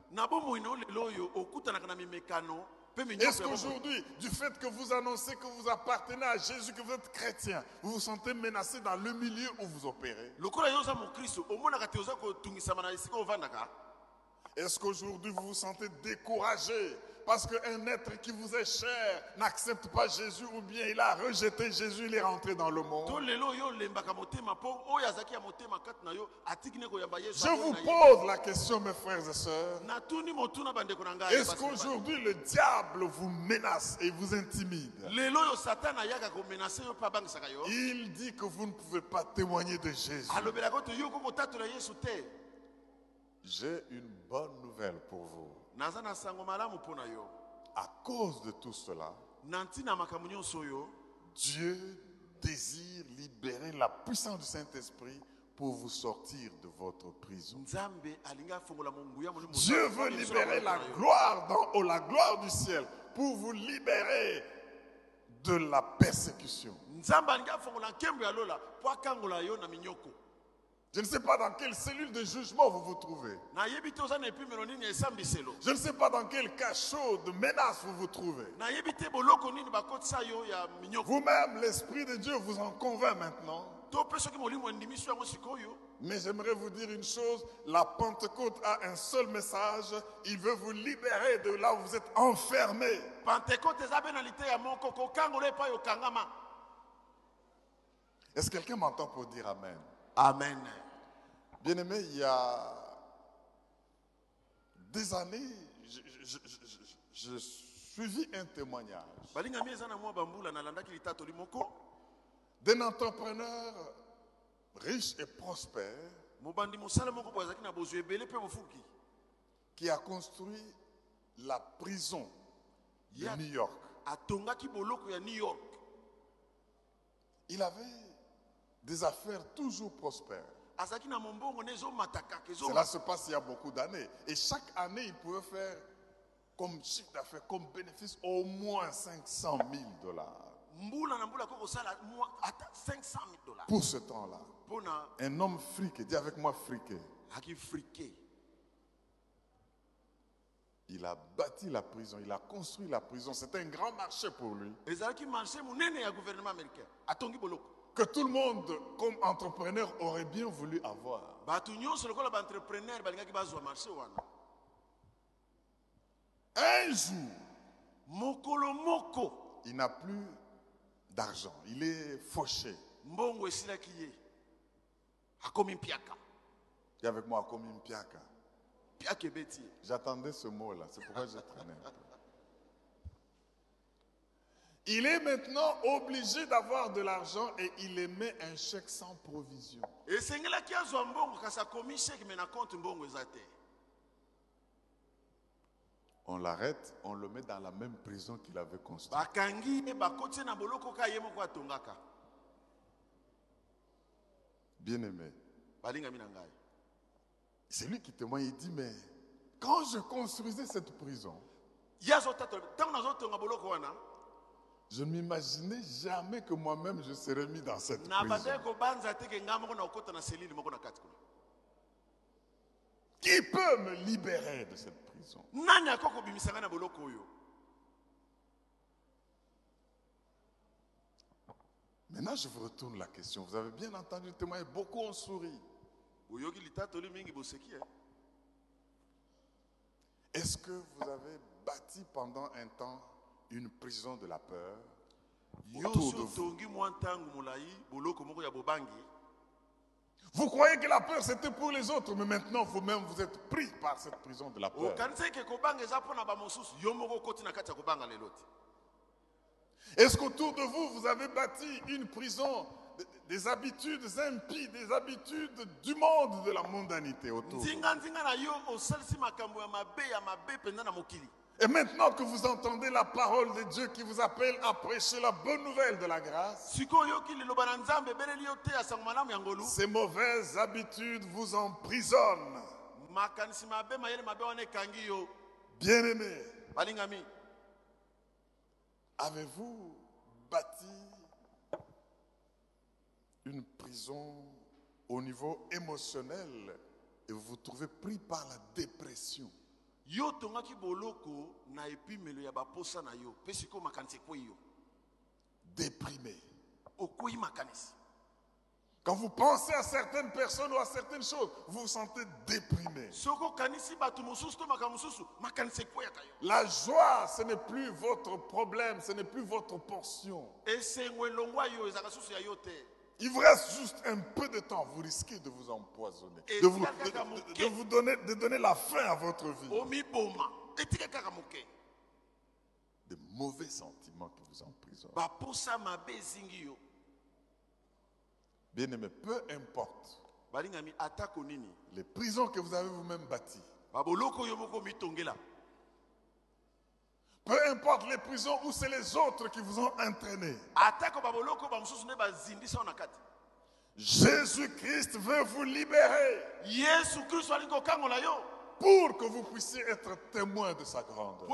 Est-ce qu'aujourd'hui, du fait que vous annoncez que vous appartenez à Jésus, que vous êtes chrétien, vous vous sentez menacé dans le milieu où vous opérez? Est-ce qu'aujourd'hui, vous vous sentez découragé parce qu'un être qui vous est cher n'accepte pas Jésus ou bien il a rejeté Jésus, il est rentré dans le monde? Je vous pose la question, mes frères et sœurs. Est-ce qu'aujourd'hui, le diable vous menace et vous intimide? Il dit que vous ne pouvez pas témoigner de Jésus. J'ai une bonne nouvelle pour vous. À cause de tout cela, Dieu désire libérer la puissance du Saint-Esprit pour vous sortir de votre prison. Dieu veut libérer la gloire d'en haut, la gloire du ciel, pour vous libérer de la persécution. Je ne sais pas dans quelle cellule de jugement vous vous trouvez. Je ne sais pas dans quel cachot de menace vous vous trouvez. Vous-même, l'Esprit de Dieu vous en convainc maintenant. Mais j'aimerais vous dire une chose, la Pentecôte a un seul message, il veut vous libérer de là où vous êtes enfermés. Est-ce que quelqu'un m'entend pour dire Amen? Amen. Bien-aimé, il y a des années, je suivis un témoignage d'un entrepreneur riche et prospère qui a construit la prison de New York. Il avait des affaires toujours prospères. Cela se passe il y a beaucoup d'années. Et chaque année, il pouvait faire comme chiffre d'affaires, comme bénéfice, au moins $500 000. Pour ce temps-là, un homme friqué, dis avec moi friqué. Il a bâti la prison, il a construit la prison. C'était un grand marché pour lui. Que tout le monde, comme entrepreneur, aurait bien voulu avoir. Un jour, il n'a plus d'argent. Il est fauché. Et avec moi, comme une piaka. J'attendais ce mot-là, c'est pourquoi je traînais un peu. Il est maintenant obligé d'avoir de l'argent et il émet un chèque sans provision. On l'arrête, on le met dans la même prison qu'il avait construite. Bien-aimé. C'est lui qui témoigne, il dit, mais quand je construisais cette prison, je ne m'imaginais jamais que moi-même je serais mis dans cette prison. Qui peut me libérer de cette prison? Maintenant, je vous retourne la question. Vous avez bien entendu le témoignage, beaucoup ont souri. Est-ce que vous avez bâti pendant un temps une prison de la peur autour de vous? Vous croyez que la peur c'était pour les autres, mais maintenant vous-même vous êtes pris par cette prison de la peur. Est-ce qu'autour de vous, vous avez bâti une prison des habitudes impies, des habitudes du monde, de la mondanité autour de vous? Et maintenant que vous entendez la parole de Dieu qui vous appelle à prêcher la bonne nouvelle de la grâce, ces mauvaises habitudes vous emprisonnent. Bien-aimés, avez-vous bâti une prison au niveau émotionnel et vous vous trouvez pris par la dépression. Yo tongaki boloko na epimelo ya baposa na yo. Pesiko makanisi kwa yo. Déprimé. Okoi makanisi. Quand vous pensez à certaines personnes ou à certaines choses, vous vous sentez déprimé. Soko kanisi batu mususu to makamususu makanisi kwa yakayo. La joie, ce n'est plus votre problème, ce n'est plus votre portion. Esengwe longwa yo ezaka susu ya yo te. Il vous reste juste un peu de temps, vous risquez de vous empoisonner, de donner la fin à votre vie. De mauvais sentiments qui vous emprisonnent. Bien-aimé, peu importe les prisons que vous avez vous-même bâties, peu importe les prisons où c'est les autres qui vous ont entraîné, Jésus-Christ veut vous libérer pour que vous puissiez être témoin de sa grandeur.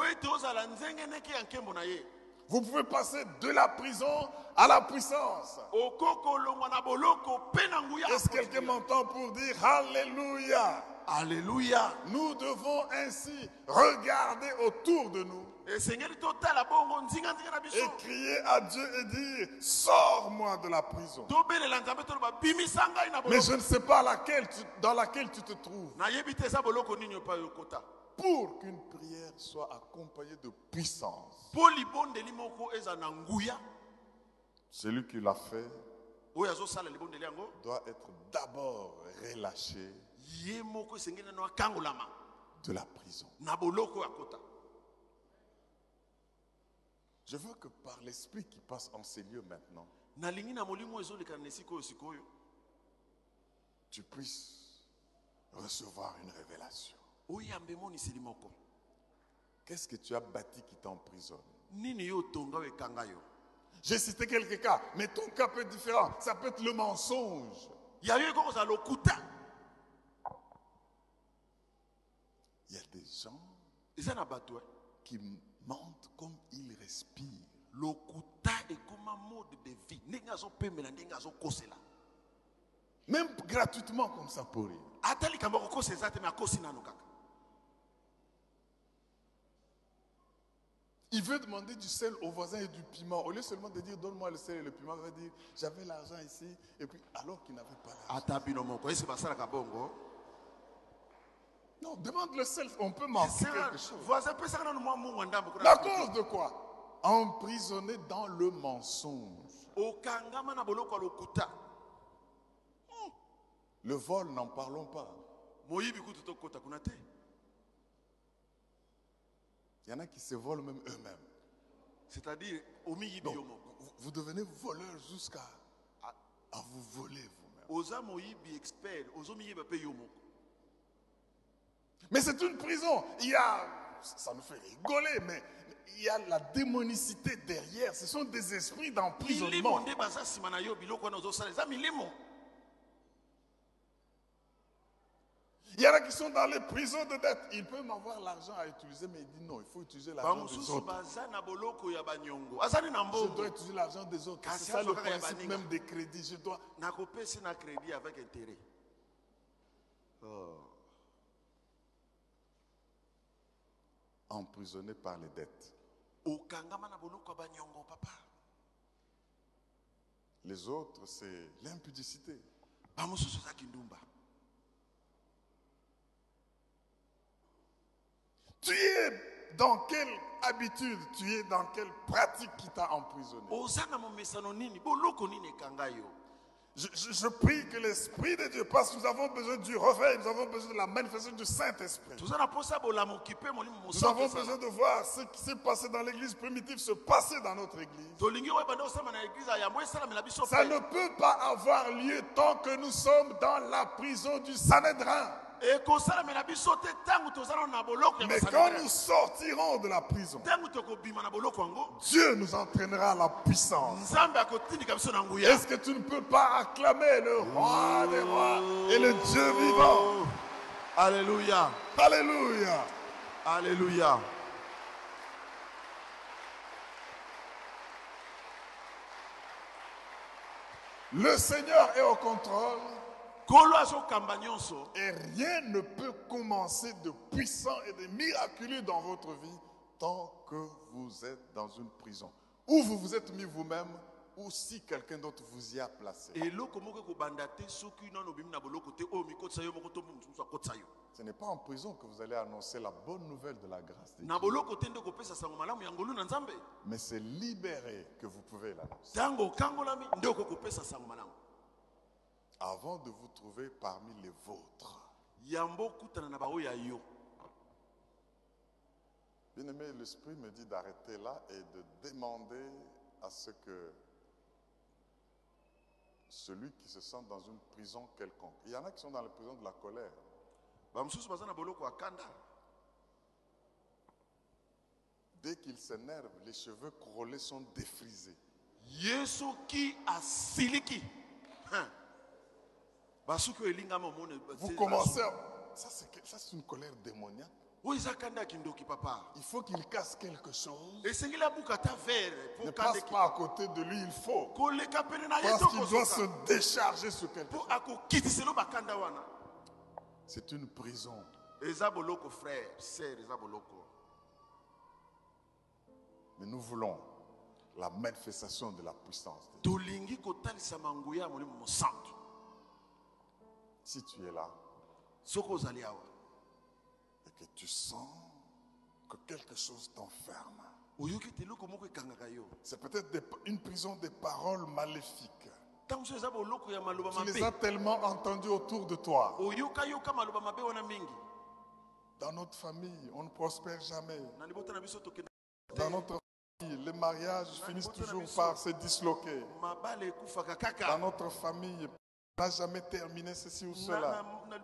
Vous pouvez passer de la prison à la puissance. Est-ce que quelqu'un m'entend pour dire Alléluia? Alléluia. Nous devons ainsi regarder autour de nous et crier à Dieu et dire sors-moi de la prison. Mais je ne sais pas dans laquelle tu te trouves. Pour qu'une prière soit accompagnée de puissance, celui qui l'a fait doit être d'abord relâché de la prison. Je veux que par l'esprit qui passe en ces lieux maintenant, tu puisses recevoir une révélation. Qu'est-ce que tu as bâti qui t'emprisonne? J'ai cité quelques cas, mais ton cas peut être différent. Ça peut être le mensonge. Il y a des gens qui mentent comme ils respirent. Même gratuitement comme ça pour rire. Il veut demander du sel au voisin et du piment. Au lieu seulement de dire donne-moi le sel et le piment, il va dire j'avais l'argent ici. Et puis alors qu'il n'avait pas l'argent. Non, demande le sel, on peut mentir quelque chose. À cause de quoi? Emprisonné dans le mensonge. Le vol, n'en parlons pas. Il y en a qui se volent même eux-mêmes. C'est-à-dire, vous devenez voleur jusqu'à vous voler vous-même. Mais c'est une prison. Ça nous fait rigoler, mais il y a la démonicité derrière. Ce sont des esprits d'emprisonnement. Il y en a qui sont dans les prisons de dette. Ils peuvent avoir l'argent à utiliser, mais ils disent non, il faut utiliser l'argent des autres. Je dois utiliser l'argent des autres. C'est ça le principe même des crédits. Je dois. Avec intérêt. Emprisonné par les dettes. Les autres, c'est l'impudicité. Tu es dans quelle habitude, tu es dans quelle pratique qui t'a emprisonné? Je prie que l'Esprit de Dieu, parce que nous avons besoin du réveil, nous avons besoin de la manifestation du Saint-Esprit. Nous avons besoin de voir ce qui s'est passé dans l'église primitive se passer dans notre église. Ça ne peut pas avoir lieu tant que nous sommes dans la prison du Sanhédrin. Mais quand nous sortirons de la prison, Dieu nous entraînera à la puissance. Est-ce que tu ne peux pas acclamer le roi des rois et le Dieu vivant? Alléluia. Alléluia. Alléluia. Le Seigneur est au contrôle. Kolo azokamba nyonso. Et rien ne peut commencer de puissant et de miraculeux dans votre vie tant que vous êtes dans une prison. Ou vous vous êtes mis vous-même, ou si quelqu'un d'autre vous y a placé. Ce n'est pas en prison que vous allez annoncer la bonne nouvelle de la grâce de Dieu. Mais c'est libéré que vous pouvez l'annoncer. Avant de vous trouver parmi les vôtres. Bien-aimé, l'Esprit me dit d'arrêter là et de demander à ce que celui qui se sent dans une prison quelconque. Il y en a qui sont dans la prison de la colère. Dès qu'il s'énerve, les cheveux crôlés sont défrisés. Vous commencez à... Ça, c'est une colère démoniaque. Il faut qu'il casse quelque chose. Ne passe pas à côté de lui, il faut. Parce qu'il doit se décharger sur quelque chose. C'est une prison. Mais nous voulons la manifestation de la puissance de Dieu. Si tu es là et que tu sens que quelque chose t'enferme, c'est peut-être une prison des paroles maléfiques. Tu les as tellement entendues autour de toi. Dans notre famille, on ne prospère jamais. Dans notre famille, les mariages finissent toujours par se disloquer. Dans notre famille, on n'a jamais terminé ceci ou cela.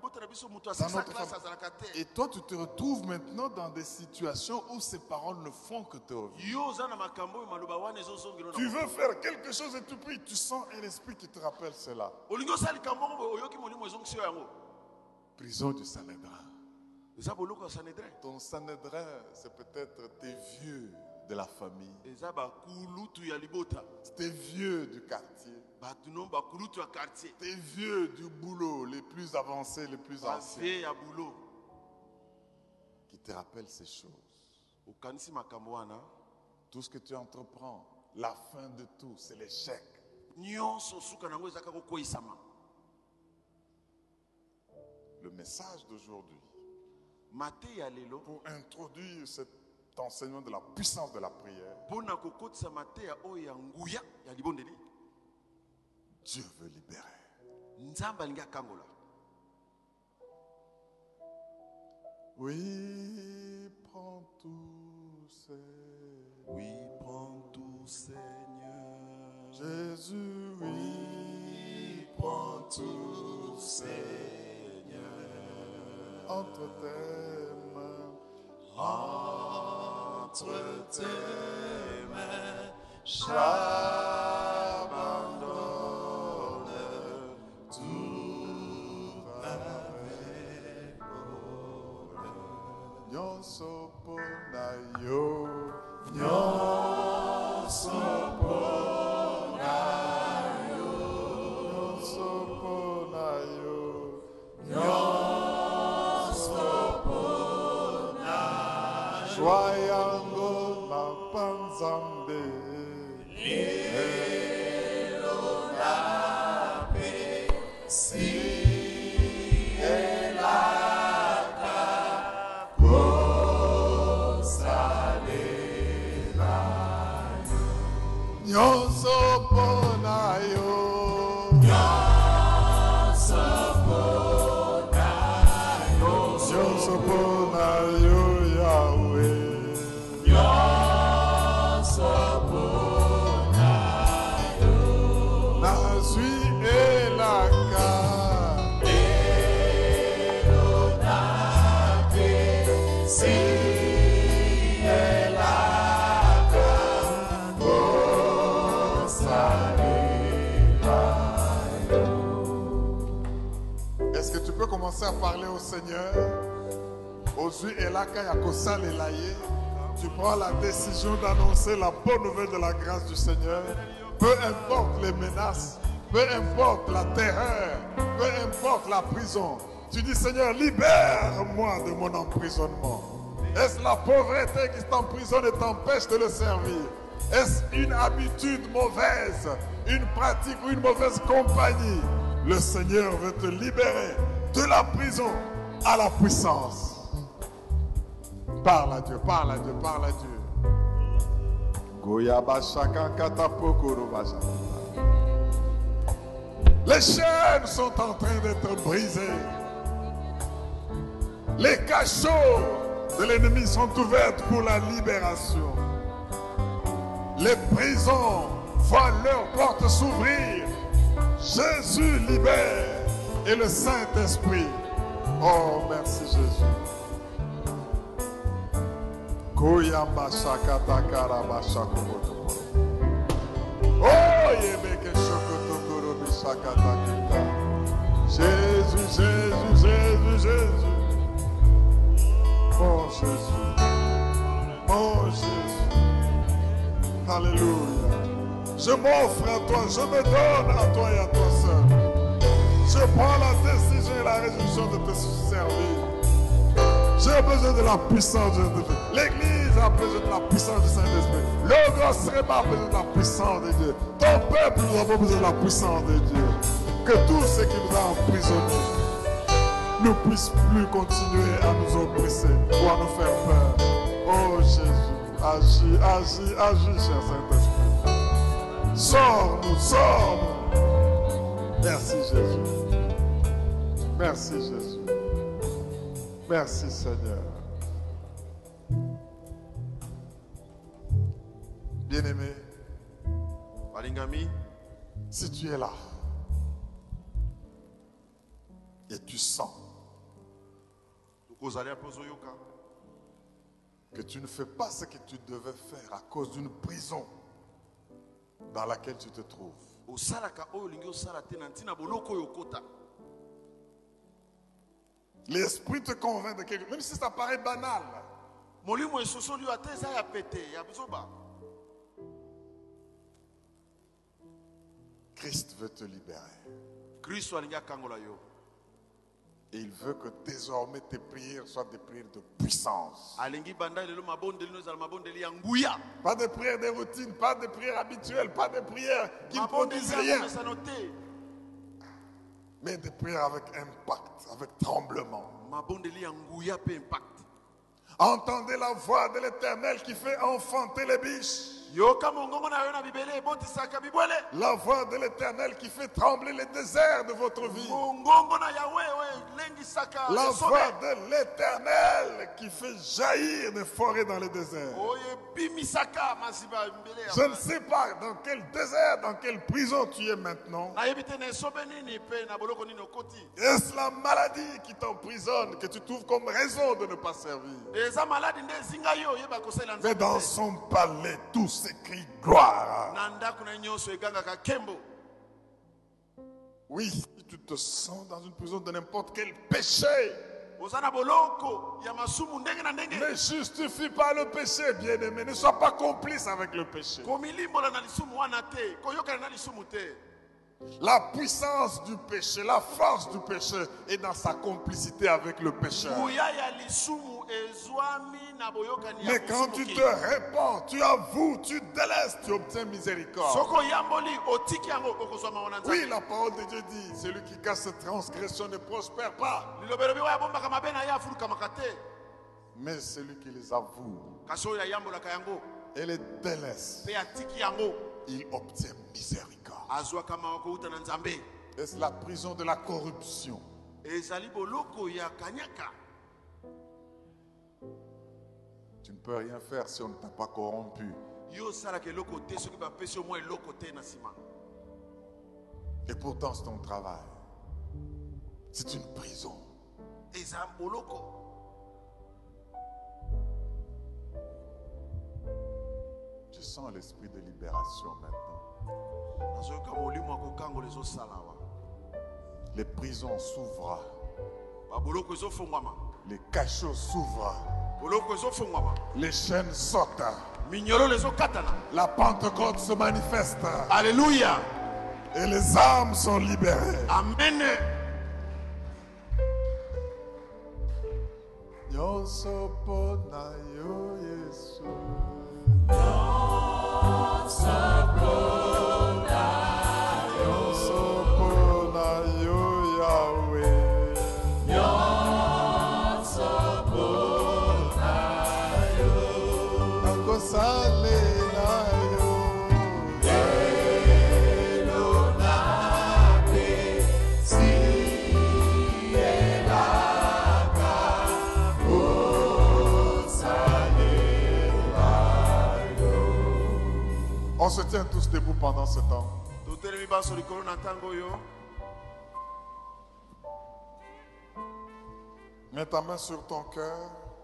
Et toi, tu te retrouves maintenant dans des situations où ces paroles ne font que te revenir. Tu veux faire quelque chose et puis tu sens un esprit qui te rappelle cela. Prison du Sanhédrin. Ton Sanhédrin, c'est peut-être tes vieux de la famille. Tes vieux du quartier. Tes vieux du boulot, les plus avancés, les plus anciens. Qui te rappellent ces choses. Tout ce que tu entreprends, la fin de tout, c'est l'échec. Le message d'aujourd'hui, pour introduire cet enseignement de la puissance de la prière, Dieu veut libérer. Oui, prends tout, Seigneur. Oui, prends tout, Seigneur. Jésus, oui, prends tout, Seigneur. Entre tes mains. Entre tes mains, j'abandonne tout avec bonheur. Nyonso pona yo, Nyonso pona yo, nyonso pona yo, Nyonso pona yo. Joyango na panzambe. Lelo nape si elaka kosalela yo. Nyonso pona yo, Nyonso pona yo, nyonso pona yo, Yahweh. Nyonso pona yo. Nazwi elaka, Lelo nape si elaka kosalela yo. est-ce que tu peux commencer à parler au Seigneur? Ozui elaka ya kosalela ye. Tu prends la décision d'annoncer la bonne nouvelle de la grâce du Seigneur. Peu importe les menaces, peu importe la terreur, peu importe la prison, tu dis Seigneur, libère-moi de mon emprisonnement. Est-ce la pauvreté qui t'emprisonne et t'empêche de le servir? Est-ce une habitude mauvaise, une pratique ou une mauvaise compagnie? Le Seigneur veut te libérer de la prison à la puissance. Parle à Dieu, parle à Dieu, parle à Dieu. Les chaînes sont en train d'être brisées. Les cachots de l'ennemi sont ouverts pour la libération. Les prisons voient leurs portes s'ouvrir. Jésus libère et le Saint-Esprit. Oh, merci Jésus. Koyamba shakata karaba shakoto. Oh, yebeke shokoto koro bishakata kita. Jésus, Jésus, Jésus, Jésus. Oh Jésus. Oh Jésus. Alléluia. Je m'offre à toi, je me donne à toi et à toi seul. Je prends la décision et la résolution de te servir. J'ai besoin de la puissance de Dieu. L'église a besoin de la puissance du Saint-Esprit. Le gosse a besoin de la puissance de Dieu. Ton peuple, nous avons besoin de la puissance de Dieu. Que tout ce qui nous a emprisonnés ne puisse plus continuer à nous oppresser ou à nous faire peur. Oh Jésus, agis, agis, agis, cher Saint-Esprit. Sors-nous, sors-nous. Merci Jésus. Merci Jésus. Merci Seigneur. Bien-aimé, balingami, si tu es là et tu sens que tu ne fais pas ce que tu devais faire à cause d'une prison dans laquelle tu te trouves, l'esprit te convainc de quelque chose, même si ça paraît banal. Christ veut te libérer. Et il veut que désormais tes prières soient des prières de puissance. Pas de prières de routine, pas de prières habituelles, pas de prières qui ne produisent rien. Mais des prières avec impact, avec tremblement. Entendez la voix de l'Éternel qui fait enfanter les biches. La voix de l'Éternel qui fait trembler les déserts de votre vie. La voix de l'Éternel qui fait jaillir des forêts dans les déserts. Je ne sais pas dans quel désert, dans quelle prison tu es maintenant. Est-ce la maladie qui t'emprisonne, que tu trouves comme raison de ne pas servir? Mais dans son palais, tout s'écrit gloire. Oui, si tu te sens dans une prison de n'importe quel péché, ne justifie pas le péché, bien-aimé. Ne sois pas complice avec le péché. La puissance du péché, la force du péché est dans sa complicité avec le pécheur. Mais quand tu te répands, tu avoues, tu délaisses, tu obtiens miséricorde. Oui, la parole de Dieu dit, celui qui cache ses transgressions ne prospère pas. Mais celui qui les avoue et les délaisse, il obtient miséricorde. Est-ce la prison de la corruption? Tu ne peux rien faire si on ne t'a pas corrompu. Et pourtant c'est ton travail. C'est une prison. Je sens l'esprit de libération maintenant. Les prisons s'ouvrent. Les cachots s'ouvrent. Les chaînes sautent. La Pentecôte se manifeste. Alléluia. Et les âmes sont libérées. Amen. Nyosopona yo Yesu. Nyosopona yo Yahweh. Nakosalela yo. On se tient tous debout pendant ce temps. Mets ta main sur ton cœur.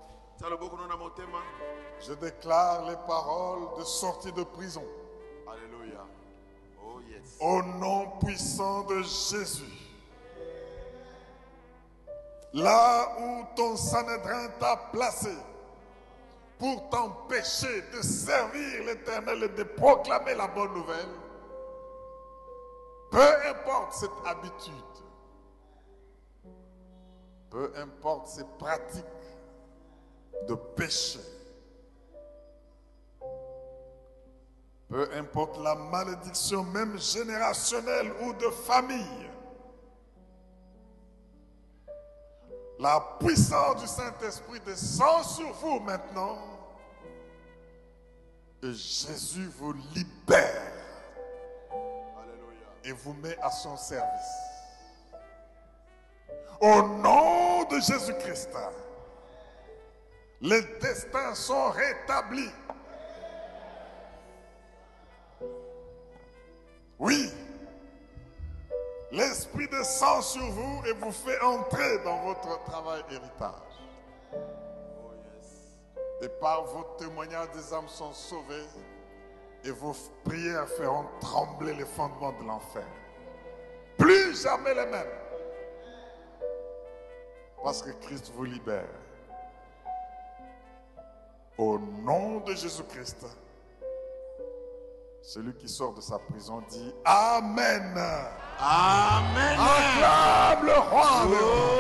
Je déclare les paroles de sortie de prison. Alléluia. Oh yes. Au nom puissant de Jésus. Là où ton Sanhédrin t'a placé pour t'empêcher de servir l'Éternel et de proclamer la bonne nouvelle, peu importe cette habitude, peu importe ces pratiques de péché, peu importe la malédiction même générationnelle ou de famille, la puissance du Saint-Esprit descend sur vous maintenant et Jésus vous libère. Alléluia. Et vous met à son service. Au nom de Jésus-Christ, les destins sont rétablis. Oui, l'Esprit descend sur vous et vous fait entrer dans votre travail héritage. Oh yes. Et par vos témoignages, des âmes sont sauvées et vos prières feront trembler les fondements de l'enfer. Plus jamais les mêmes. Parce que Christ vous libère. Au nom de Jésus-Christ, celui qui sort de sa prison dit Amen. Amen. Acclame le roi.